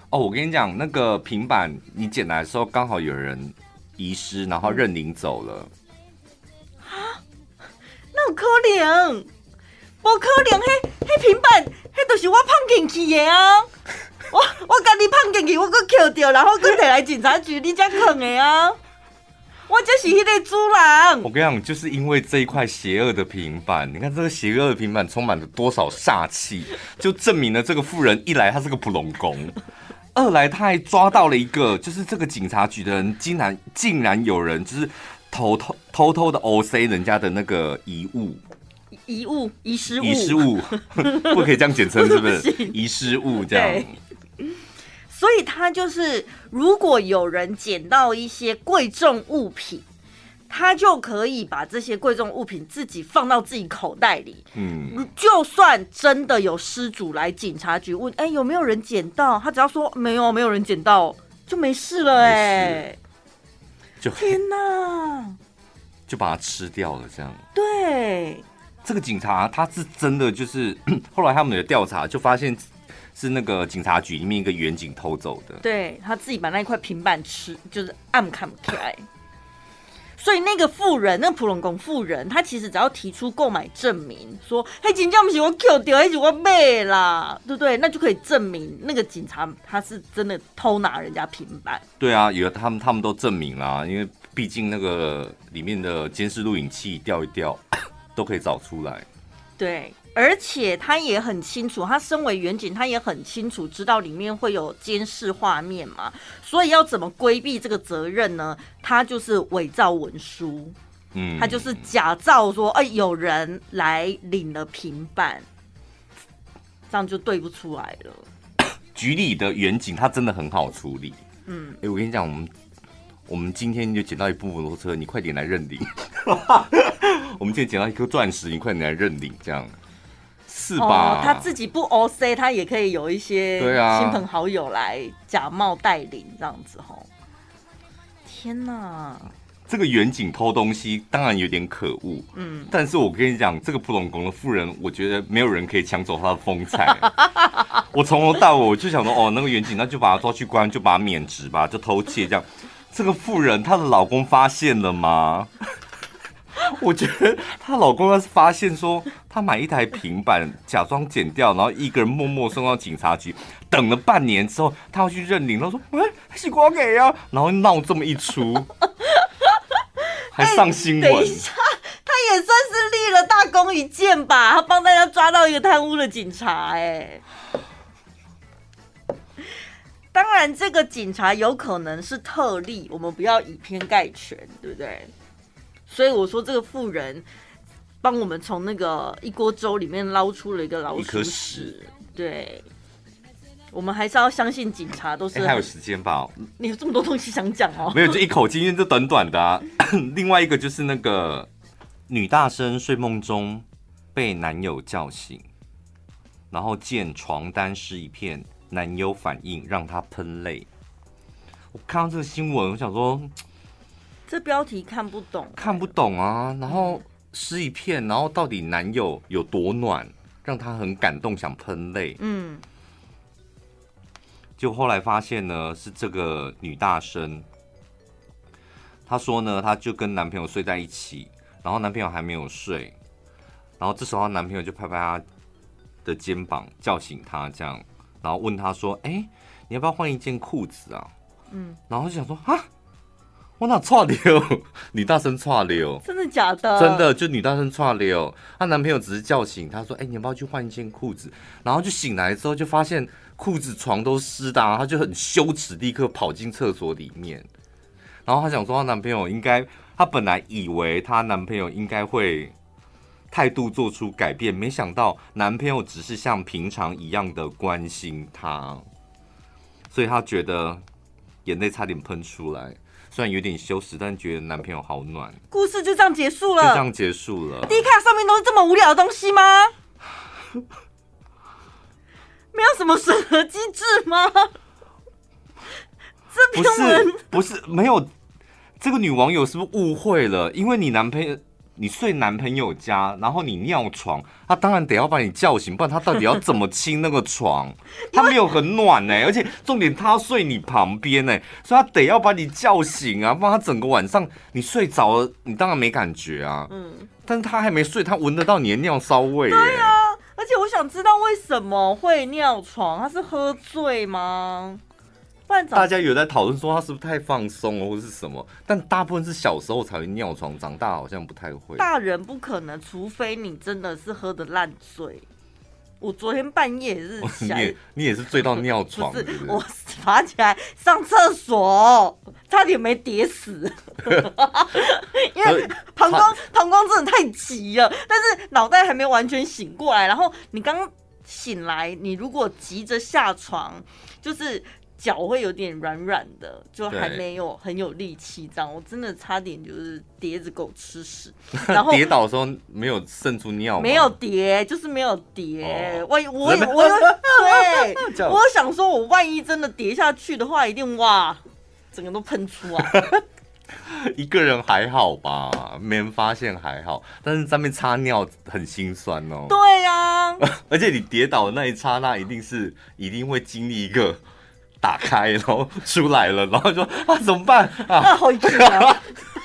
S1: 哦，我跟你讲，那个平板你捡来的时候，刚好有人遗失，然后认领走了。
S2: 啊、嗯，那有可能？无可能，迄迄平板，迄就是我放进去的啊！我我家己放进去，我搁捡到，然后搁摕来警察局，你才放的啊！我就是迄个主人。
S1: 我跟你讲，就是因为这一块邪恶的平板，你看这个邪恶的平板充满了多少煞气，就证明了这个妇人一来他是个普龙公，二来他还抓到了一个，就是这个警察局的人，竟然竟然有人就是偷偷偷偷的 O C 人家的那个遗物。
S2: 遗物、遗失物、
S1: 遗失物，不可以这样简称，是不是？遗失物这样。
S2: 所以他就是，如果有人捡到一些贵重物品，他就可以把这些贵重物品自己放到自己口袋里。嗯，就算真的有失主来警察局问，哎、欸，有没有人捡到？他只要说没有，没有人捡到，就没事了、欸。哎，
S1: 就
S2: 天哪，
S1: 就把它吃掉了，这样。
S2: 对。
S1: 这个警察他是真的，就是后来他们的调查就发现是那个警察局里面一个员警偷走的。
S2: 对，他自己把那一块平板吃，就是暗砍起来。所以那个富人，那个普隆宫富人，他其实只要提出购买证明，说“嘿，真正不是我捡到，那是我买啦”，对不对？那就可以证明那个警察他是真的偷拿人家平板。
S1: 对啊，有他们他们都证明啦，因为毕竟那个里面的监视录影器调一调。都可以找出来，
S2: 对，而且他也很清楚，他身为员警，他也很清楚知道里面会有监视画面嘛，所以要怎么规避这个责任呢？他就是伪造文书，嗯，他就是假造说，哎、欸，有人来领了平板，这样就对不出来了。
S1: 局里的员警他真的很好处理，嗯，哎、欸，我跟你讲，我们我们今天就捡到一部摩托车，你快点来认领。我们今天捡到一颗钻石，你快点来认领，这样是吧？
S2: 哦、他自己不 O C， 他也可以有一些亲朋好友来假冒代领，这样子吼。天哪！
S1: 这个远景偷东西当然有点可恶，嗯，但是我跟你讲，这个普隆宫的富人，我觉得没有人可以抢走他的风采。我从头到尾我就想说，哦，那个远景，那就把他抓去关，就把他免职吧，就偷窃这样。这个妇人，她的老公发现了吗？我觉得她老公要是发现说，她买一台平板假装剪掉，然后一个人默默送到警察局，等了半年之后，她要去认领，然后说：“哎、欸，是我给啊！”然后闹这么一出，还上新闻。
S2: 欸、等一下，他也算是立了大功一件吧？他帮大家抓到一个贪污的警察、欸，哎。当然，这个警察有可能是特例，我们不要以偏概全，对不对？所以我说，这个妇人帮我们从那个一锅粥里面捞出了一个老鼠屎。对，我们还是要相信警察都是、欸。
S1: 还有时间吧？
S2: 你有这么多东西想讲哦？
S1: 没有，就一口气，因为这短短的啊。另外一个就是那个女大生睡梦中被男友叫醒，然后见床单湿一片。男友反应让他喷泪。我看到这个新闻，我想说，
S2: 这标题看不懂，
S1: 看不懂啊。然后湿一片，然后到底男友有多暖，让他很感动，想喷泪。嗯，就后来发现呢，是这个女大生，她说呢，她就跟男朋友睡在一起，然后男朋友还没有睡，然后这时候她男朋友就拍拍她的肩膀，叫醒她，这样。然后问他说：“哎、欸，你要不要换一件裤子啊？”嗯，然后就想说：“啊，我哪错溜？女大生错溜？
S2: 真的假的？
S1: 真的，就女大生错溜。她男朋友只是叫醒她说：‘哎、欸，你要不要去换一件裤子？’然后就醒来之后就发现裤子床都湿的、啊，她就很羞耻，立刻跑进厕所里面。然后她想说，她男朋友应该，她本来以为她男朋友应该会。”态度做出改变，没想到男朋友只是像平常一样的关心她，所以她觉得眼泪差点喷出来。虽然有点羞耻，但觉得男朋友好暖。
S2: 故事就这样结束了，
S1: 就这样结束了。
S2: D 卡上面都是这么无聊的东西吗？没有什么审核机制吗？这篇文
S1: 不是不是没有，这个女网友是不是误会了？因为你男朋友。 你睡男朋友家，然后你尿床，他当然得要把你叫醒，不然他到底要怎么亲那个床？他没有很暖呢、欸，而且重点他睡你旁边呢、欸，所以他得要把你叫醒啊，不然他整个晚上你睡着了，你当然没感觉啊。嗯，但是他还没睡，他闻得到你的尿骚味、欸。
S2: 对啊，而且我想知道为什么会尿床，他是喝醉吗？
S1: 大家有在讨论说他是不是太放松了，或是什么？但大部分是小时候才会尿床，长大好像不太会。
S2: 大人不可能，除非你真的是喝得烂醉。我昨天半夜也是起来，
S1: 你也你也是醉到尿床，
S2: 不是？
S1: 是不是
S2: 我爬起来上厕所，差点没跌死，因为膀胱膀胱真的太急了，但是脑袋还没完全醒过来。然后你刚醒来，你如果急着下床，就是脚会有点软软的，就还没有很有力气这样。我真的差点就是跌着狗吃屎，然后
S1: 跌倒的时候没有渗出尿吗？
S2: 没有跌，就是没有跌。我我我有对，我想说，我万一真的跌下去的话，一定哇，整个都喷出来。
S1: 一个人还好吧，没人发现还好，但是上面擦尿很心酸哦。
S2: 对呀、啊，
S1: 而且你跌倒的那一刹那，一定是一定会经历一个打开，然后出来了，然后说啊怎么办啊？
S2: 啊好痛啊！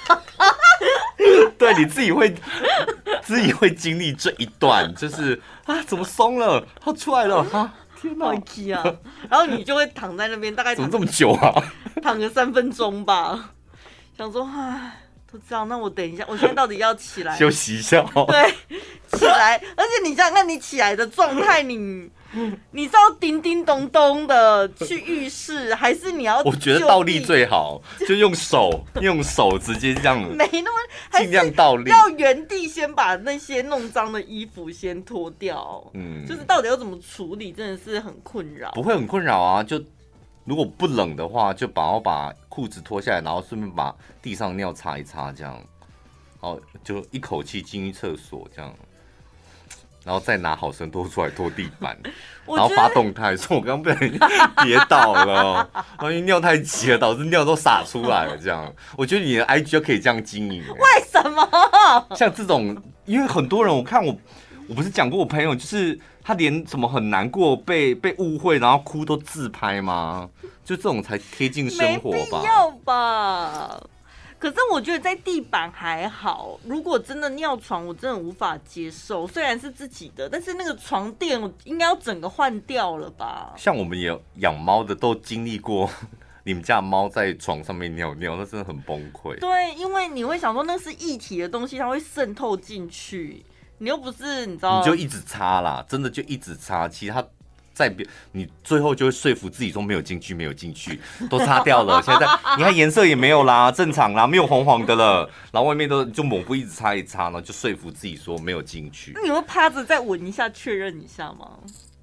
S1: 对，你自己会自己会经历这一段，就是啊怎么松了，它出来了啊！天哪，
S2: 好气啊！然后你就会躺在那边，大概
S1: 怎么这么久啊？
S2: 躺个三分钟吧。想说，唉，都知道，那我等一下，我现在到底要起来
S1: 休息一下、哦。
S2: 对，起来，而且你想想看，你起来的状态，你你是要叮叮咚咚的去浴室，还是你要？
S1: 我觉得倒立最好，就用手用手直接这样，
S2: 没那么
S1: 尽量倒立，
S2: 要原地先把那些弄脏的衣服先脱掉。嗯，就是到底要怎么处理，真的是很困扰。
S1: 不会很困扰啊，就。如果不冷的话，就把我把裤子脱下来，然后顺便把地上尿擦一擦，这样，然后就一口气进去厕所，这样，然后再拿好生拖出来拖地板，然后发动态，说我刚刚不小心跌倒了，因为尿太急了，导致尿都洒出来了，这样，我觉得你的 I G 就可以这样经营。
S2: 为什么？
S1: 像这种，因为很多人，我看我，我不是讲过我朋友就是。他连什么很难过被被误会然后哭都自拍吗？就这种才贴近生活吧？
S2: 没必要吧。可是我觉得在地板还好，如果真的尿床，我真的无法接受。虽然是自己的，但是那个床垫我应该要整个换掉了吧？
S1: 像我们也养猫的都经历过，你们家猫在床上面尿尿，那真的很崩溃。
S2: 对，因为你会想说那是液体的东西，它会渗透进去。你又不是你知道，
S1: 你就一直擦啦，真的就一直擦。其实它在你最后就会说服自己说没有进去，没有进去，都擦掉了。现在你看颜色也没有啦，正常啦，没有黄黄的了。然后外面都就抹布一直擦一擦，然后就说服自己说没有进去。
S2: 那你会趴着再闻一下，确认一下吗？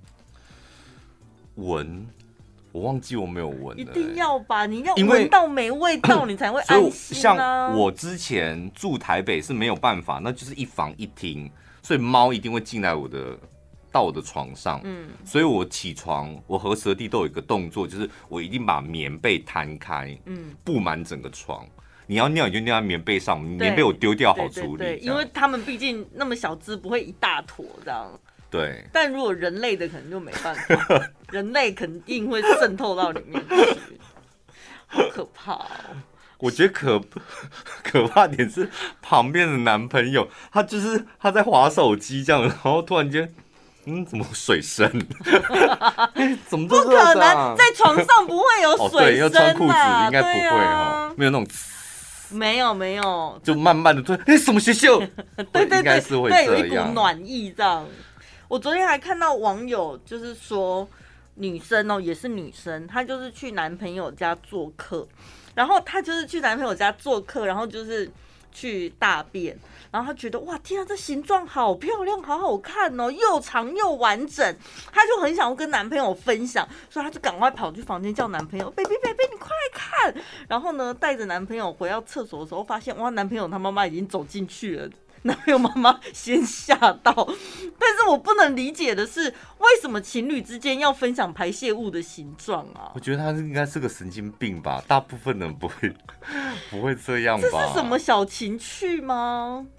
S1: 闻，我忘记我没有闻、欸。
S2: 一定要吧，你要闻到没味道，你才会安心啊。
S1: 像我之前住台北是没有办法，那就是一房一厅。所以猫一定会进来我的到我的床上，嗯，所以我起床，我和蛇弟都有一个动作，就是我一定把棉被摊开，嗯，布满整个床。你要尿你就尿在棉被上，棉被我丢掉好处理。
S2: 对，因为他们毕竟那么小只，不会一大坨这样。
S1: 对。
S2: 但如果人类的可能就没办法，人类肯定会渗透到里面去，好可怕哦。
S1: 我觉得可可怕点是旁边的男朋友，他就是他在滑手机这样，然后突然间，嗯，怎么水声？欸、怎么都
S2: 不可能在床上不会有水声、啊哦、对，
S1: 要穿裤子应该不会哦，啊、没有那种，
S2: 没有没有，
S1: 就慢慢的推，哎、欸，什么学校？
S2: 对对对，
S1: 应该是会
S2: 对，有一股暖意这样。我昨天还看到网友就是说，女生哦，也是女生，她就是去男朋友家做客。然后她就是去男朋友家做客，然后就是去大便，然后她觉得哇天啊，这形状好漂亮，好好看哦，又长又完整，她就很想要跟男朋友分享，所以她就赶快跑去房间叫男朋友 ，baby baby 你快来看。然后呢，带着男朋友回到厕所的时候，发现哇，男朋友他妈妈已经走进去了。男朋友妈妈先吓到，但是我不能理解的是，为什么情侣之间要分享排泄物的形状啊？
S1: 我觉得他应该是个神经病吧，大部分人不会不会这样吧？
S2: 这是什么小情趣吗？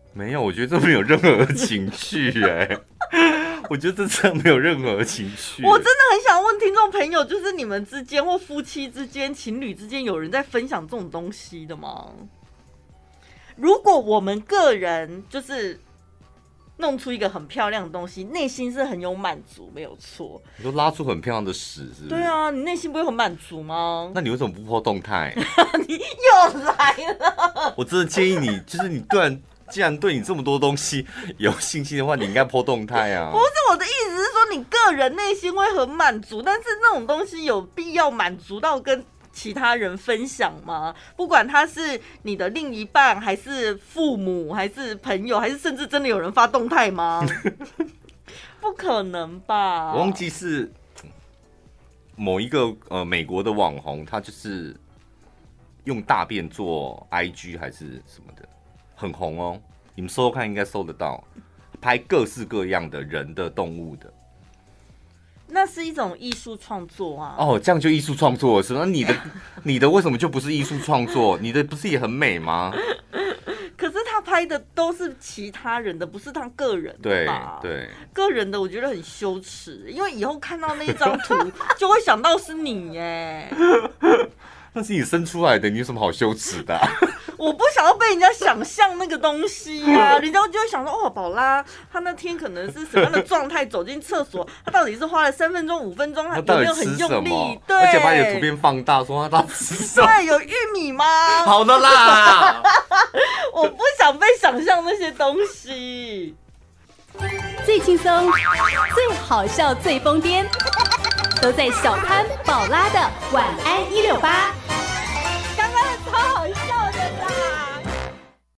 S1: 没有，我觉得这没有任何情趣哎、欸，我觉得这真的没有任何情趣、欸。
S2: 我真的很想问听众朋友，就是你们之间或夫妻之间、情侣之间，有人在分享这种东西的吗？如果我们个人就是弄出一个很漂亮的东西，内心是很有满足，没有错。
S1: 你说拉出很漂亮的屎是不是？
S2: 对啊，你内心不会很满足吗？
S1: 那你为什么不po动态？
S2: 你又来了。
S1: 我真的建议你，就是你突然既然对你这么多东西有信心的话，你应该po动态啊。
S2: 不是，我的意思是说，你个人内心会很满足，但是那种东西有必要满足到跟其他人分享吗？不管他是你的另一半，还是父母，还是朋友，还是甚至真的有人发动态吗？不可能吧？
S1: 我忘记是某一个呃美国的网红，他就是用大便做 I G 还是什么的，很红哦。你们搜搜看，应该搜得到，拍各式各样的人的、动物的。
S2: 那是一种艺术创作啊！
S1: 哦，这样就艺术创作了是吗？那你的你的为什么就不是艺术创作？你的不是也很美吗？
S2: 可是他拍的都是其他人的，不是他个人的吧？
S1: 对对，
S2: 个人的我觉得很羞耻，因为以后看到那一张图就会想到是你耶。
S1: 那是你生出来的，你有什么好羞耻的、啊？
S2: 我不想要被人家想象那个东西啊，人家就会想说，哦，宝拉他那天可能是什么样的状态走进厕所，他到底是花了三分钟、五分钟，他有没有很用力？对，
S1: 而且把你的图片放大，说他到底吃什么？
S2: 对，有玉米吗？
S1: 好的啦，
S2: 我不想被想象那些东西。
S3: 最轻松、最好笑、最疯癫，都在小潘宝拉的晚安一六八。